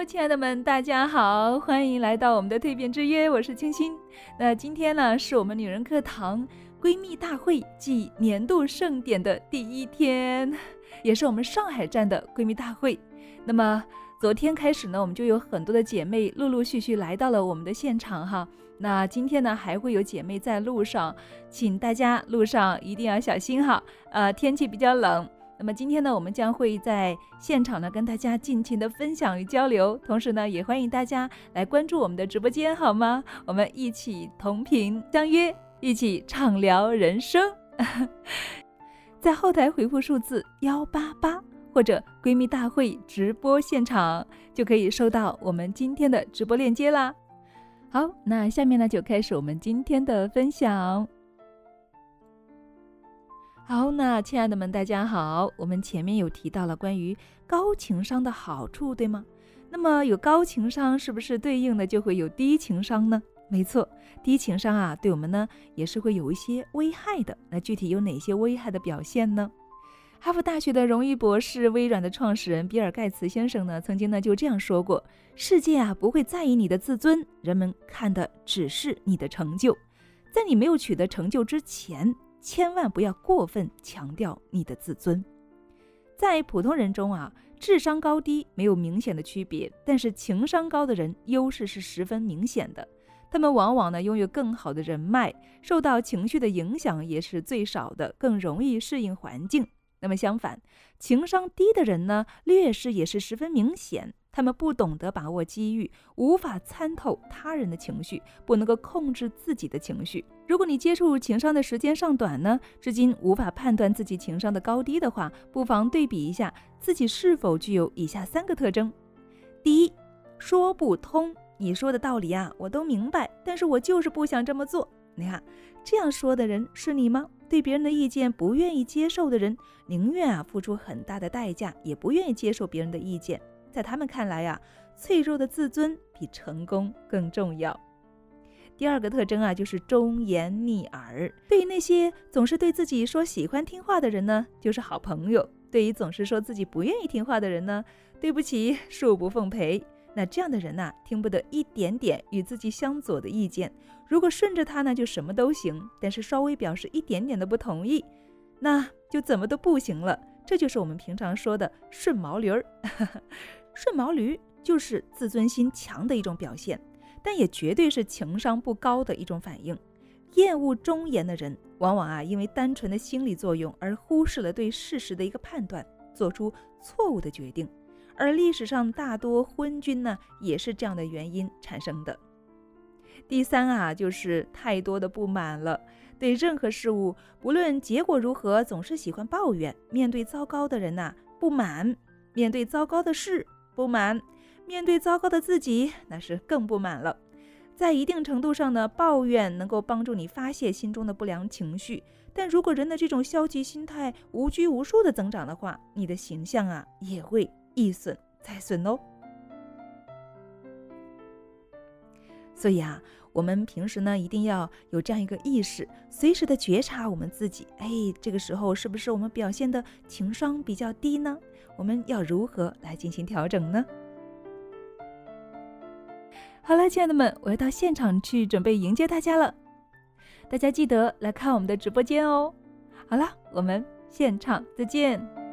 亲爱的们，大家好，欢迎来到我们的蜕变之约，我是清新。那今天呢，是我们女人课堂闺蜜大会暨年度盛典的第一天，也是我们上海站的闺蜜大会。那么昨天开始呢，我们就有很多的姐妹陆陆续续来到了我们的现场哈。那今天呢，还会有姐妹在路上，请大家路上一定要小心哈。天气比较冷。那么今天呢，我们将会在现场呢跟大家尽情的分享与交流，同时呢，也欢迎大家来关注我们的直播间，好吗？我们一起同频相约，一起畅聊人生。在后台回复数字188或者闺蜜大会直播现场，就可以收到我们今天的直播链接啦。好，那下面呢就开始我们今天的分享。好，那亲爱的们，大家好。我们前面有提到了关于高情商的好处，对吗？那么有高情商是不是对应的就会有低情商呢？没错，低情商啊，对我们呢也是会有一些危害的。那具体有哪些危害的表现呢？哈佛大学的荣誉博士、微软的创始人比尔盖茨先生呢，曾经呢就这样说过：世界啊不会在意你的自尊，人们看的只是你的成就。在你没有取得成就之前，千万不要过分强调你的自尊。在普通人中啊，智商高低没有明显的区别，但是情商高的人优势是十分明显的。他们往往呢拥有更好的人脉，受到情绪的影响也是最少的，更容易适应环境。那么相反，情商低的人呢，劣势也是十分明显。他们不懂得把握机遇，无法参透他人的情绪，不能够控制自己的情绪。如果你接触情商的时间尚短呢，至今无法判断自己情商的高低的话，不妨对比一下自己是否具有以下3个特征。第一，说不通。你说的道理啊，我都明白，但是我就是不想这么做。你看，这样说的人是你吗？对别人的意见不愿意接受的人，宁愿付出很大的代价，也不愿意接受别人的意见。在他们看来脆弱的自尊比成功更重要。第2个特征就是忠言逆耳。对于那些总是对自己说喜欢听话的人呢，就是好朋友；对于总是说自己不愿意听话的人呢，对不起，恕不奉陪。那这样的人听不得一点点与自己相左的意见，如果顺着他呢，就什么都行；但是稍微表示一点点的不同意，那就怎么都不行了。这就是我们平常说的顺毛驴儿。顺毛驴就是自尊心强的一种表现，但也绝对是情商不高的一种反应。厌恶忠言的人，往往因为单纯的心理作用而忽视了对事实的一个判断，做出错误的决定。而历史上大多昏君呢，也是这样的原因产生的。第3就是太多的不满了。对任何事物，不论结果如何，总是喜欢抱怨。面对糟糕的人不满；面对糟糕的事不满；面对糟糕的自己，那是更不满了。在一定程度上呢，抱怨能够帮助你发泄心中的不良情绪，但如果人的这种消极心态无拘无束的增长的话，你的形象也会一损再损哦。所以我们平时呢一定要有这样一个意识，随时的觉察我们自己，这个时候是不是我们表现的情商比较低呢？我们要如何来进行调整呢？好了，亲爱的们，我要到现场去准备迎接大家了，大家记得来看我们的直播间哦。好了，我们现场再见。